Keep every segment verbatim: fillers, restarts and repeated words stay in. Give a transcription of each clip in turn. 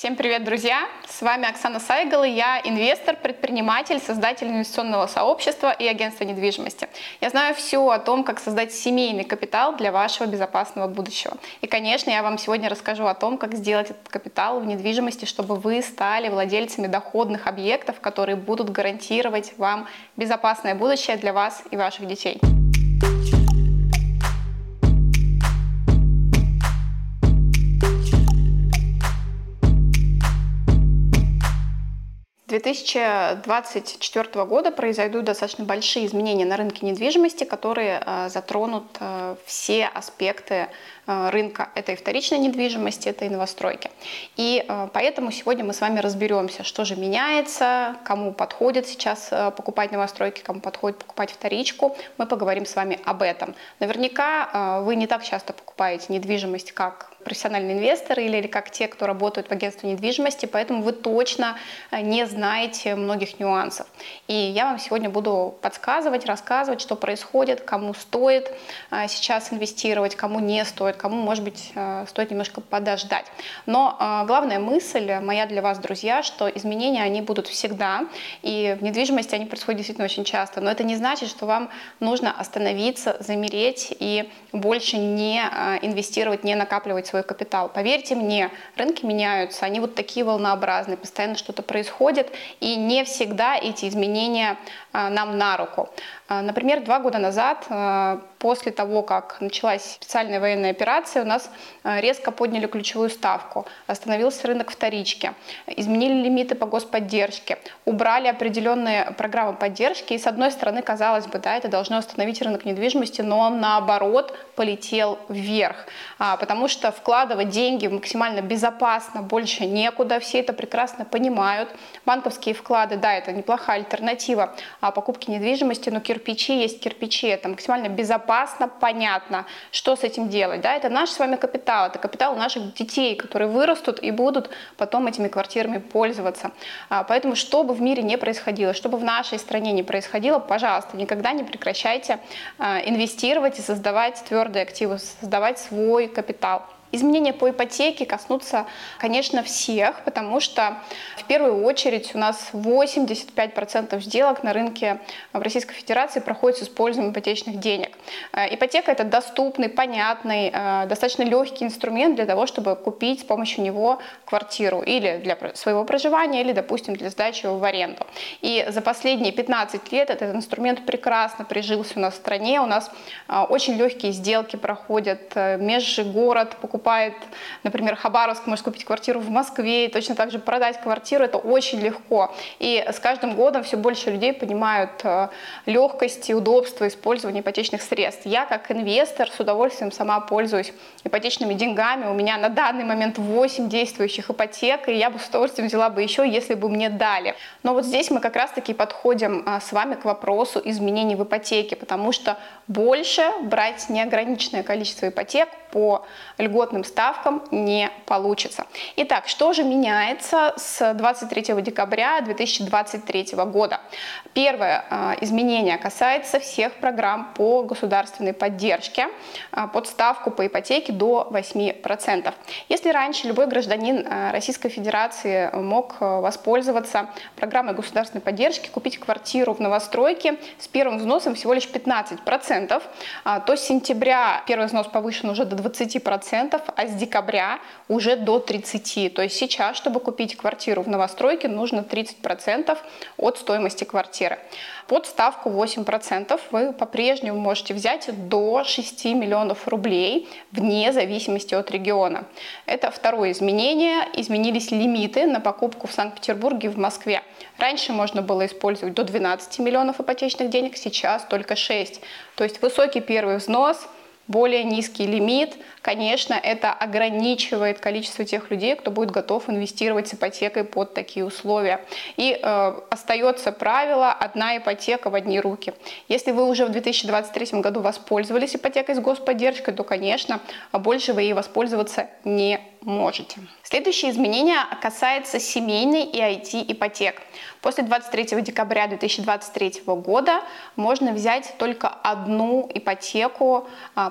Всем привет, друзья! С вами Оксана Сайгал, и я инвестор, предприниматель, создатель инвестиционного сообщества и агентства недвижимости. Я знаю все о том, как создать семейный капитал для вашего безопасного будущего. И, конечно, я вам сегодня расскажу о том, как сделать этот капитал в недвижимости, чтобы вы стали владельцами доходных объектов, которые будут гарантировать вам безопасное будущее для вас и ваших детей. С две тысячи двадцать четвёртого года произойдут достаточно большие изменения на рынке недвижимости, которые э, затронут э, все аспекты э, рынка. Это и вторичной недвижимости, это и новостройки. И э, поэтому сегодня мы с вами разберемся, что же меняется, кому подходит сейчас э, покупать новостройки, кому подходит покупать вторичку. Мы поговорим с вами об этом. Наверняка э, вы не так часто покупаете недвижимость, как профессиональные инвесторы или, или как те, кто работают в агентстве недвижимости, поэтому вы точно не знаете многих нюансов. И я вам сегодня буду подсказывать, рассказывать, что происходит, кому стоит сейчас инвестировать, кому не стоит, кому, может быть, стоит немножко подождать. Но главная мысль моя для вас, друзья, что изменения, они будут всегда, и в недвижимости они происходят действительно очень часто, но это не значит, что вам нужно остановиться, замереть и больше не инвестировать, не накапливать свой капитал. Поверьте мне, рынки меняются, они вот такие волнообразные, постоянно что-то происходит, и не всегда эти изменения а, нам на руку. А, например, два года назад, а, после того, как началась специальная военная операция, у нас а, резко подняли ключевую ставку, остановился рынок вторички, изменили лимиты по господдержке, убрали определенные программы поддержки, и с одной стороны, казалось бы, да, это должно остановить рынок недвижимости, но он наоборот полетел вверх, а, потому что вкладывать деньги максимально безопасно больше некуда, все это прекрасно понимают. Банковские вклады, да, это неплохая альтернатива покупки недвижимости, но кирпичи есть кирпичи, это максимально безопасно, понятно, что с этим делать. Да? Это наш с вами капитал, это капитал наших детей, которые вырастут и будут потом этими квартирами пользоваться. Поэтому, что бы в мире не происходило, что бы в нашей стране не происходило, пожалуйста, никогда не прекращайте инвестировать и создавать твердые активы, создавать свой капитал. Изменения по ипотеке коснутся, конечно, всех, потому что в первую очередь у нас восемьдесят пять процентов сделок на рынке в Российской Федерации проходят с использованием ипотечных денег. Ипотека – это доступный, понятный, достаточно легкий инструмент для того, чтобы купить с помощью него квартиру или для своего проживания, или, допустим, для сдачи в аренду. И за последние пятнадцать лет этот инструмент прекрасно прижился у нас в стране. У нас очень легкие сделки проходят, межгород покупают. Покупает, например, Хабаровск может купить квартиру в Москве, и точно так же продать квартиру, это очень легко. И с каждым годом все больше людей понимают легкость и удобство использования ипотечных средств. Я как инвестор с удовольствием сама пользуюсь ипотечными деньгами. У меня на данный момент восемь действующих ипотек, и я бы с удовольствием взяла бы еще, если бы мне дали. Но вот здесь мы как раз-таки подходим с вами к вопросу изменений в ипотеке, потому что больше брать неограниченное количество ипотек по льготным ставкам не получится. Итак, что же меняется с двадцать третьего декабря две тысячи двадцать третьего года? Первое э, изменение касается всех программ по государственной поддержке э, под ставку по ипотеке до восьми процентов. Если раньше любой гражданин э, Российской Федерации мог э, воспользоваться программой государственной поддержки, купить квартиру в новостройке с первым взносом всего лишь пятнадцать процентов, э, то с сентября первый взнос повышен уже до двадцати процентов, а с декабря уже до тридцати процентов. То есть сейчас, чтобы купить квартиру в новостройке, нужно тридцать процентов от стоимости квартиры. Под ставку восемь процентов вы по-прежнему можете взять до шести миллионов рублей вне зависимости от региона. Это второе изменение. Изменились лимиты на покупку в Санкт-Петербурге и в Москве. Раньше можно было использовать до двенадцати миллионов ипотечных денег, сейчас только шесть. То есть высокий первый взнос, более низкий лимит, конечно, это ограничивает количество тех людей, кто будет готов инвестировать с ипотекой под такие условия. И э, остается правило «одна ипотека в одни руки». Если вы уже в две тысячи двадцать третьем году воспользовались ипотекой с господдержкой, то, конечно, больше вы ей воспользоваться не можете. Следующее изменение касается семейной и ай ти-ипотек. После двадцать третьего декабря две тысячи двадцать третьего года можно взять только одну ипотеку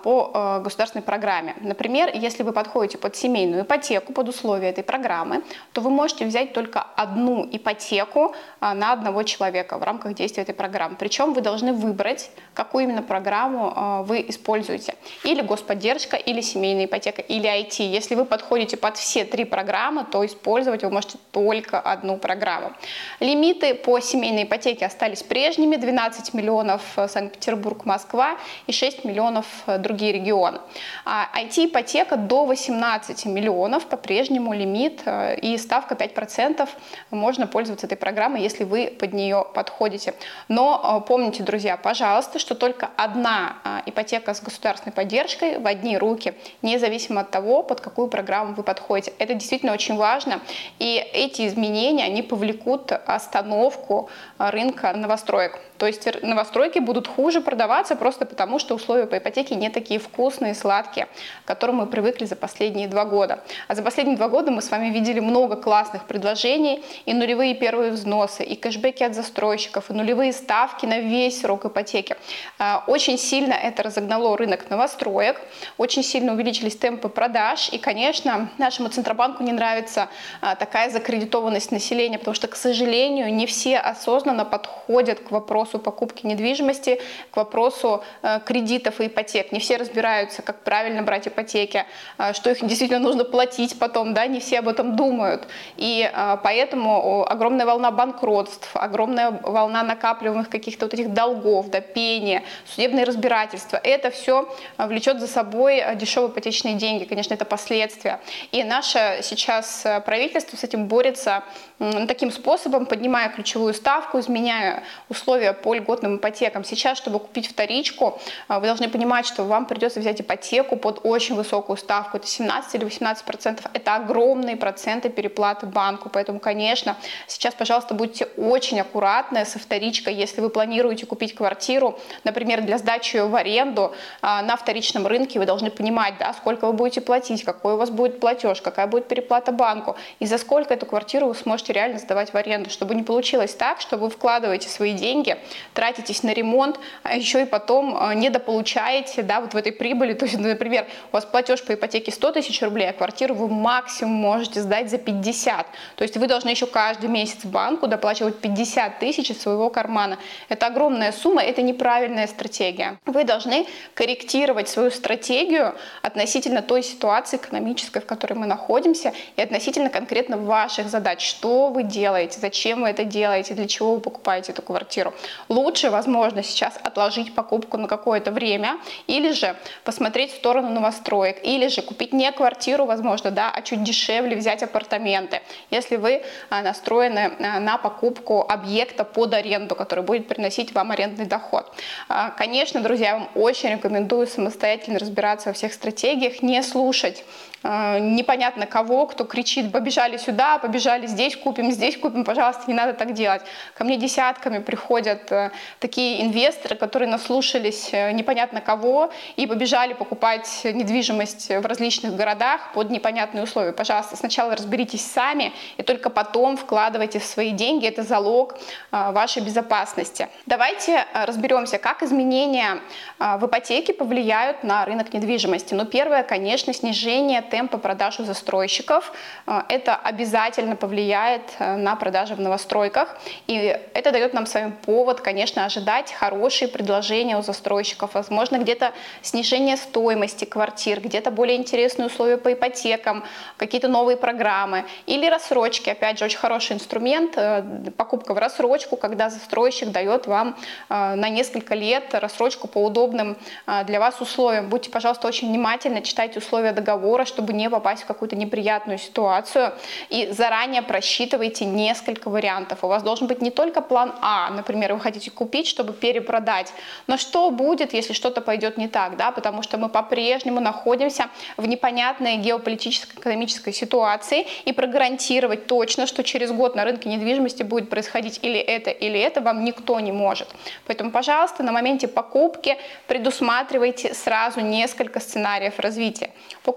по государственной программе. Например, если вы подходите под семейную ипотеку, под условия этой программы, то вы можете взять только одну ипотеку на одного человека в рамках действия этой программы. Причем вы должны выбрать, какую именно программу вы используете. Или господдержка, или семейная ипотека, или ай ти. Если вы подходите под все три программы, то использовать вы можете только одну программу. Лимиты по семейной ипотеке остались прежними: двенадцать миллионов Санкт-Петербург, Москва и шесть миллионов другие регионы. ай ти-ипотека до восемнадцати миллионов по-прежнему лимит и ставка пять процентов. Можно пользоваться этой программой, если вы под нее подходите. Но помните, друзья, пожалуйста, что только одна ипотека с государственной поддержкой в одни руки, независимо от того, под какую программу вы подходите. Это действительно очень важно, и эти изменения, они повлекут остановку рынка новостроек. То есть новостройки будут хуже продаваться просто потому, что условия по ипотеке не такие вкусные, сладкие, к которым мы привыкли за последние два года. А за последние два года мы с вами видели много классных предложений: и нулевые первые взносы, и кэшбэки от застройщиков, и нулевые ставки на весь срок ипотеки. Очень сильно это разогнало рынок новостроек, очень сильно увеличились темпы продаж, и, конечно, нашему Центробанку не нравится такая закредитованность населения, потому что, к сожалению, не все осознанно подходят к вопросу покупки недвижимости, к вопросу э, кредитов и ипотек. Не все разбираются, как правильно брать ипотеки, э, что их действительно нужно платить потом, да, не все об этом думают. И э, поэтому огромная волна банкротств, огромная волна накапливаемых каких-то вот этих долгов, да, пения, судебные разбирательства. Это все влечет за собой дешевые ипотечные деньги. Конечно, это последствия. И наше сейчас правительство с этим борется э, таким способом, поднимая ключевую ставку, изменяя условия по льготным ипотекам. Сейчас, чтобы купить вторичку, вы должны понимать, что вам придется взять ипотеку под очень высокую ставку. Это семнадцать или восемнадцать процентов. Это огромные проценты переплаты банку. Поэтому, конечно, сейчас, пожалуйста, будьте очень аккуратны со вторичкой. Если вы планируете купить квартиру, например, для сдачи ее в аренду на вторичном рынке, вы должны понимать, да, сколько вы будете платить, какой у вас будет платеж, какая будет переплата банку, и за сколько эту квартиру вы сможете реально сдавать в аренду, чтобы не получилось так, что вы вкладываете свои деньги, тратитесь на ремонт, а еще и потом недополучаете, да, вот в этой прибыли. То есть, например, у вас платеж по ипотеке сто тысяч рублей, а квартиру вы максимум можете сдать за пятьдесят. То есть вы должны еще каждый месяц банку доплачивать пятьдесят тысяч из своего кармана. Это огромная сумма, это неправильная стратегия. Вы должны корректировать свою стратегию относительно той ситуации экономической, в которой мы находимся, и относительно конкретно ваших задач. Что вы делаете, зачем вы это делаете, для чего вы покупаете эту квартиру. Лучше, возможно, сейчас отложить покупку на какое-то время, или же посмотреть в сторону новостроек, или же купить не квартиру, возможно, да, а чуть дешевле взять апартаменты, если вы настроены на покупку объекта под аренду, который будет приносить вам арендный доход. Конечно, друзья, я вам очень рекомендую самостоятельно разбираться во всех стратегиях, не слушать непонятно кого, кто кричит: побежали сюда, побежали здесь купим, здесь купим. Пожалуйста, не надо так делать. Ко мне десятками приходят такие инвесторы, которые наслушались непонятно кого и побежали покупать недвижимость в различных городах под непонятные условия. Пожалуйста, сначала разберитесь сами и только потом вкладывайте в свои деньги. Это залог вашей безопасности. Давайте разберемся, как изменения в ипотеке повлияют на рынок недвижимости. Ну, первое, конечно, снижение темпа продаж у застройщиков. Это обязательно повлияет на продажи в новостройках. И это дает нам с вами повод, конечно, ожидать хорошие предложения у застройщиков. Возможно, где-то снижение стоимости квартир, где-то более интересные условия по ипотекам, какие-то новые программы. Или рассрочки. Опять же, очень хороший инструмент. Покупка в рассрочку, когда застройщик дает вам на несколько лет рассрочку по удобным для вас условиям. Будьте, пожалуйста, очень внимательны, читайте условия договора, чтобы не попасть в какую-то неприятную ситуацию. И заранее просчитывайте несколько вариантов. У вас должен быть не только план А, например, вы хотите купить, чтобы перепродать, но что будет, если что-то пойдет не так, да, потому что мы по-прежнему находимся в непонятной геополитической, экономической ситуации, и прогарантировать точно, что через год на рынке недвижимости будет происходить или это, или это, вам никто не может. Поэтому, пожалуйста, на моменте покупки предусматривайте сразу несколько сценариев развития. Покупаете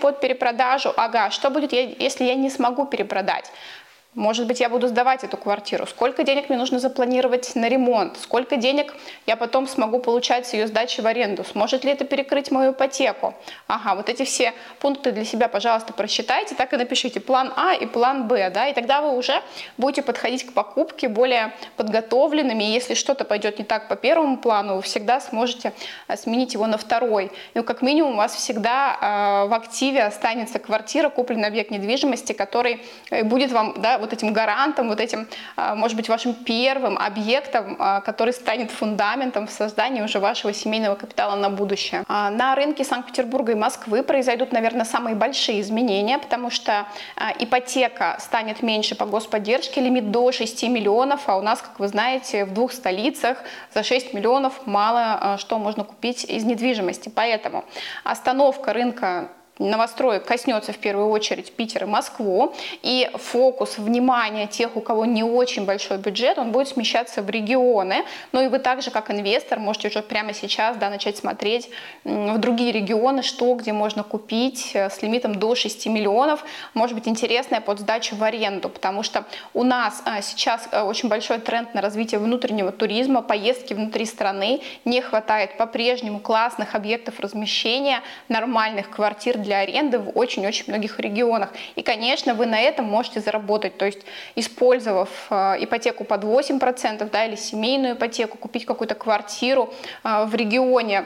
под перепродажу. Ага, что будет, если я не смогу перепродать? Может быть, я буду сдавать эту квартиру. Сколько денег мне нужно запланировать на ремонт? Сколько денег я потом смогу получать с ее сдачи в аренду? Сможет ли это перекрыть мою ипотеку? Ага, вот эти все пункты для себя, пожалуйста, просчитайте, так и напишите план А и план Б, да, и тогда вы уже будете подходить к покупке более подготовленными. И если что-то пойдет не так по первому плану, вы всегда сможете сменить его на второй. Ну, как минимум, у вас всегда э, в активе останется квартира, купленный объект недвижимости, который будет вам, да, вот этим гарантом, вот этим, может быть, вашим первым объектом, который станет фундаментом в создании уже вашего семейного капитала на будущее. На рынке Санкт-Петербурга и Москвы произойдут, наверное, самые большие изменения, потому что ипотека станет меньше по господдержке, лимит до шести миллионов, а у нас, как вы знаете, в двух столицах за шесть миллионов мало что можно купить из недвижимости. Поэтому остановка рынка новостроек коснется в первую очередь Питера и Москву, и фокус внимания тех, у кого не очень большой бюджет, он будет смещаться в регионы. Ну и вы также, как инвестор, можете уже прямо сейчас, да, начать смотреть в другие регионы, что где можно купить с лимитом до шести миллионов. Может быть, интересная под сдачу в аренду, потому что у нас сейчас очень большой тренд на развитие внутреннего туризма, поездки внутри страны, не хватает по-прежнему классных объектов размещения, нормальных квартир для аренды в очень-очень многих регионах. И, конечно, вы на этом можете заработать, то есть, использовав э, ипотеку под восемь процентов, да, или семейную ипотеку, купить какую-то квартиру э, в регионе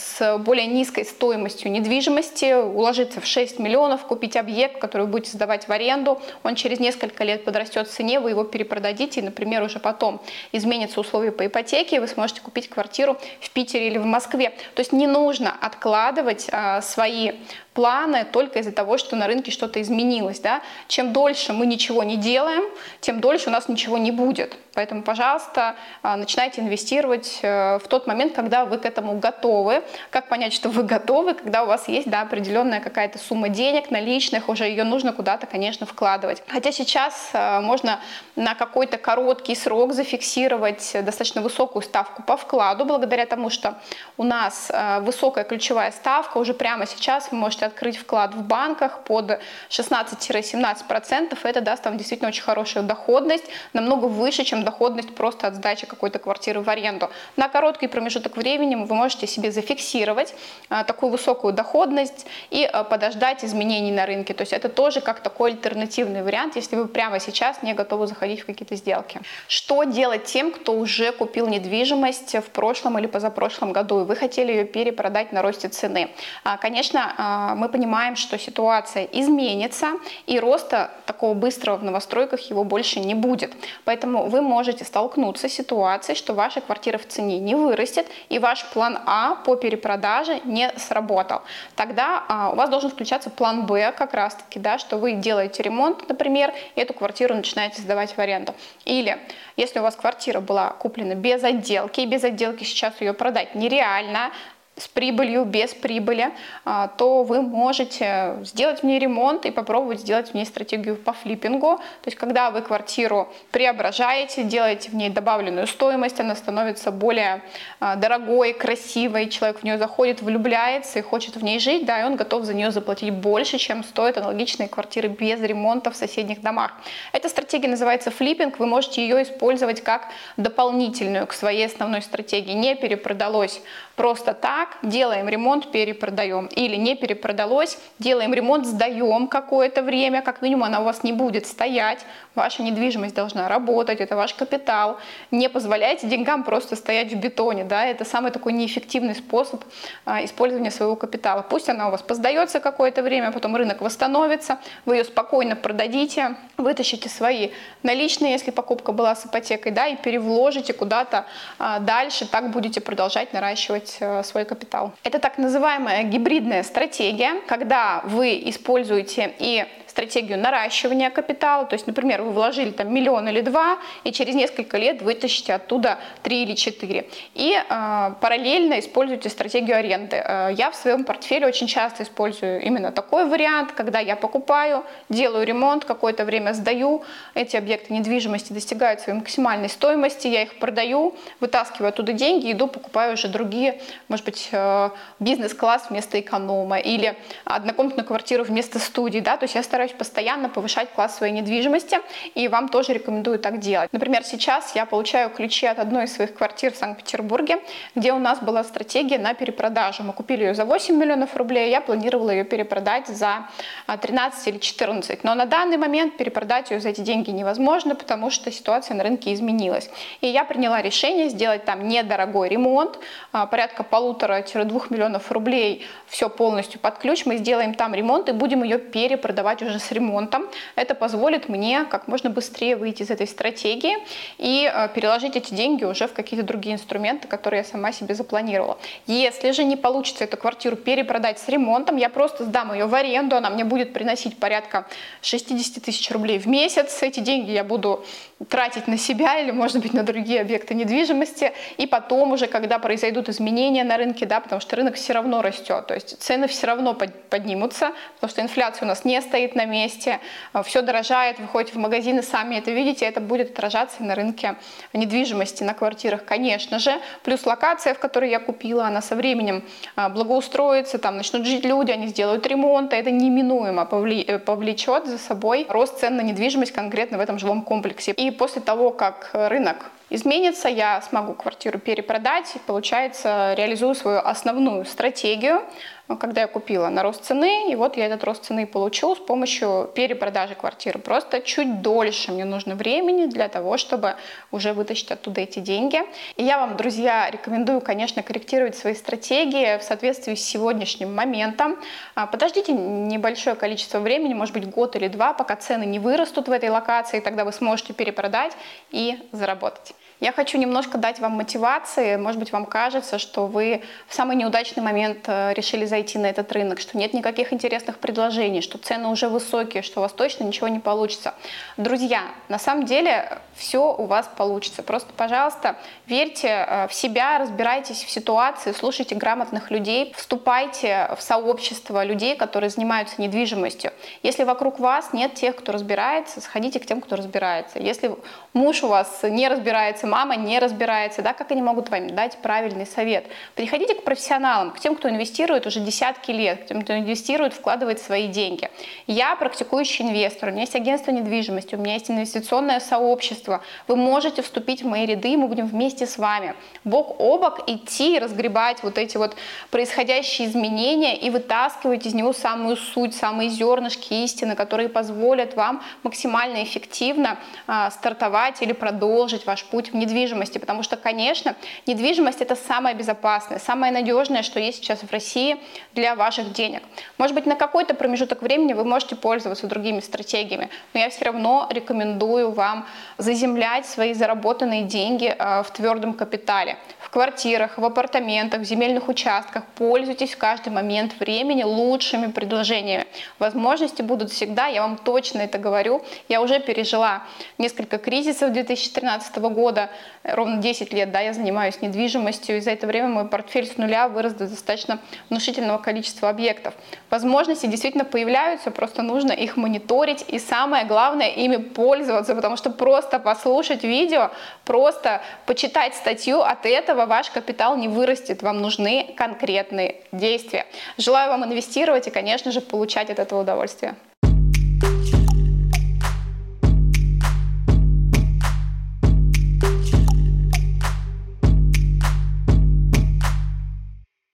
с более низкой стоимостью недвижимости, уложиться в шесть миллионов, купить объект, который вы будете сдавать в аренду, он через несколько лет подрастет в цене, вы его перепродадите, и, например, уже потом изменятся условия по ипотеке, и вы сможете купить квартиру в Питере или в Москве. То есть не нужно откладывать э, свои планы только из-за того, что на рынке что-то изменилось. Да? Чем дольше мы ничего не делаем, тем дольше у нас ничего не будет. Поэтому, пожалуйста, начинайте инвестировать в тот момент, когда вы к этому готовы. Как понять, что вы готовы, когда у вас есть, да, определенная какая-то сумма денег наличных, уже ее нужно куда-то, конечно, вкладывать. Хотя сейчас можно на какой-то короткий срок зафиксировать достаточно высокую ставку по вкладу, благодаря тому, что у нас высокая ключевая ставка. Уже прямо сейчас вы можете открыть вклад в банках под шестнадцать-семнадцать процентов. Это даст вам действительно очень хорошую доходность, намного выше, чем доходность просто от сдачи какой-то квартиры в аренду. На короткий промежуток времени вы можете себе зафиксировать а, такую высокую доходность и а, подождать изменений на рынке. То есть это тоже как такой альтернативный вариант, если вы прямо сейчас не готовы заходить в какие-то сделки. Что делать тем, кто уже купил недвижимость в прошлом или позапрошлом году, и вы хотели ее перепродать на росте цены? А, конечно, а, мы понимаем, что ситуация изменится, и роста такого быстрого в новостройках его больше не будет. Поэтому вы можете можете столкнуться с ситуацией, что ваша квартира в цене не вырастет, и ваш план А по перепродаже не сработал. Тогда а, у вас должен включаться план Б как раз-таки, да, что вы делаете ремонт, например, и эту квартиру начинаете сдавать в аренду. Или если у вас квартира была куплена без отделки, и без отделки сейчас ее продать нереально, с прибылью, без прибыли, то вы можете сделать в ней ремонт и попробовать сделать в ней стратегию по флиппингу. То есть, когда вы квартиру преображаете, делаете в ней добавленную стоимость, она становится более дорогой, красивой, человек в нее заходит, влюбляется и хочет в ней жить, да, и он готов за нее заплатить больше, чем стоят аналогичные квартиры без ремонта в соседних домах. Эта стратегия называется флиппинг, вы можете ее использовать как дополнительную к своей основной стратегии. Не перепродалось просто так, делаем ремонт, перепродаем. Или не перепродалось, делаем ремонт, сдаем какое-то время, как минимум она у вас не будет стоять, ваша недвижимость должна работать, это ваш капитал. Не позволяйте деньгам просто стоять в бетоне, да, это самый такой неэффективный способ а, использования своего капитала. Пусть она у вас поздается какое-то время, потом рынок восстановится, вы ее спокойно продадите, вытащите свои наличные, если покупка была с ипотекой, да, и перевложите куда-то а, дальше, так будете продолжать наращивать а, свой капитал. Это так называемая гибридная стратегия, когда вы используете и стратегию наращивания капитала. То есть, например, вы вложили там миллион или два, и через несколько лет вытащите оттуда три или четыре. И э, параллельно используйте стратегию аренды. Э, я в своем портфеле очень часто использую именно такой вариант, когда я покупаю, делаю ремонт, какое-то время сдаю, эти объекты недвижимости достигают своей максимальной стоимости, я их продаю, вытаскиваю оттуда деньги, иду, покупаю уже другие, может быть, э, бизнес-класс вместо эконома или однокомнатную квартиру вместо студии, да, то есть я стараюсь постоянно повышать класс своей недвижимости, и вам тоже рекомендую так делать. Например, сейчас я получаю ключи от одной из своих квартир в Санкт-Петербурге, где у нас была стратегия на перепродажу. Мы купили ее за восемь миллионов рублей, я планировала ее перепродать за тринадцать или четырнадцать. Но на данный момент перепродать ее за эти деньги невозможно, потому что ситуация на рынке изменилась. И я приняла решение сделать там недорогой ремонт, порядка полутора-двух миллионов рублей, все полностью под ключ. Мы сделаем там ремонт и будем ее перепродавать уже с ремонтом. Это позволит мне как можно быстрее выйти из этой стратегии и переложить эти деньги уже в какие-то другие инструменты, которые я сама себе запланировала. Если же не получится эту квартиру перепродать с ремонтом, я просто сдам ее в аренду, она мне будет приносить порядка шестьдесят тысяч рублей в месяц. Эти деньги я буду тратить на себя или, может быть, на другие объекты недвижимости. И потом уже, когда произойдут изменения на рынке, да, потому что рынок все равно растет, то есть цены все равно поднимутся, потому что инфляция у нас не стоит на месте, все дорожает, вы ходите в магазины, сами это видите, это будет отражаться на рынке недвижимости, на квартирах, конечно же. Плюс локация, в которой я купила, она со временем благоустроится, там начнут жить люди, они сделают ремонт, и это неминуемо повлечет за собой рост цен на недвижимость конкретно в этом жилом комплексе. И после того, как рынок изменится, я смогу квартиру перепродать и, получается, реализую свою основную стратегию, когда я купила на рост цены, и вот я этот рост цены получу с помощью перепродажи квартиры. Просто чуть дольше мне нужно времени для того, чтобы уже вытащить оттуда эти деньги. И я вам, друзья, рекомендую, конечно, корректировать свои стратегии в соответствии с сегодняшним моментом. Подождите небольшое количество времени, может быть, год или два, пока цены не вырастут в этой локации, тогда вы сможете перепродать и заработать. Я хочу немножко дать вам мотивации. Может быть, вам кажется, что вы в самый неудачный момент решили зайти на этот рынок, что нет никаких интересных предложений, что цены уже высокие, что у вас точно ничего не получится. Друзья, на самом деле все у вас получится. Просто, пожалуйста, верьте в себя, разбирайтесь в ситуации, слушайте грамотных людей, вступайте в сообщество людей, которые занимаются недвижимостью. Если вокруг вас нет тех, кто разбирается, сходите к тем, кто разбирается. Если муж у вас не разбирается, мама не разбирается, да, как они могут вам дать правильный совет? Приходите к профессионалам, к тем, кто инвестирует уже десятки лет, к тем, кто инвестирует, вкладывает свои деньги. Я практикующий инвестор, у меня есть агентство недвижимости, у меня есть инвестиционное сообщество. Вы можете вступить в мои ряды, и мы будем вместе с вами бок о бок идти и разгребать вот эти вот происходящие изменения и вытаскивать из него самую суть, самые зернышки истины, которые позволят вам максимально эффективно а, стартовать или продолжить ваш путь в недвижимости, потому что, конечно, недвижимость — это самое безопасное, самое надежное, что есть сейчас в России для ваших денег. Может быть, на какой-то промежуток времени вы можете пользоваться другими стратегиями, но я все равно рекомендую вам заземлять свои заработанные деньги в твердом капитале, в квартирах, в апартаментах, в земельных участках. Пользуйтесь в каждый момент времени лучшими предложениями. Возможности будут всегда, я вам точно это говорю. Я уже пережила несколько кризисов две тысячи тринадцатого года, ровно десять лет, да, я занимаюсь недвижимостью, и за это время мой портфель с нуля вырос до достаточно внушительного количества объектов. Возможности действительно появляются, просто нужно их мониторить, и самое главное, ими пользоваться, потому что просто послушать видео, просто почитать статью, от этого ваш капитал не вырастет, вам нужны конкретные действия. Желаю вам инвестировать и, конечно же, получать от этого удовольствие.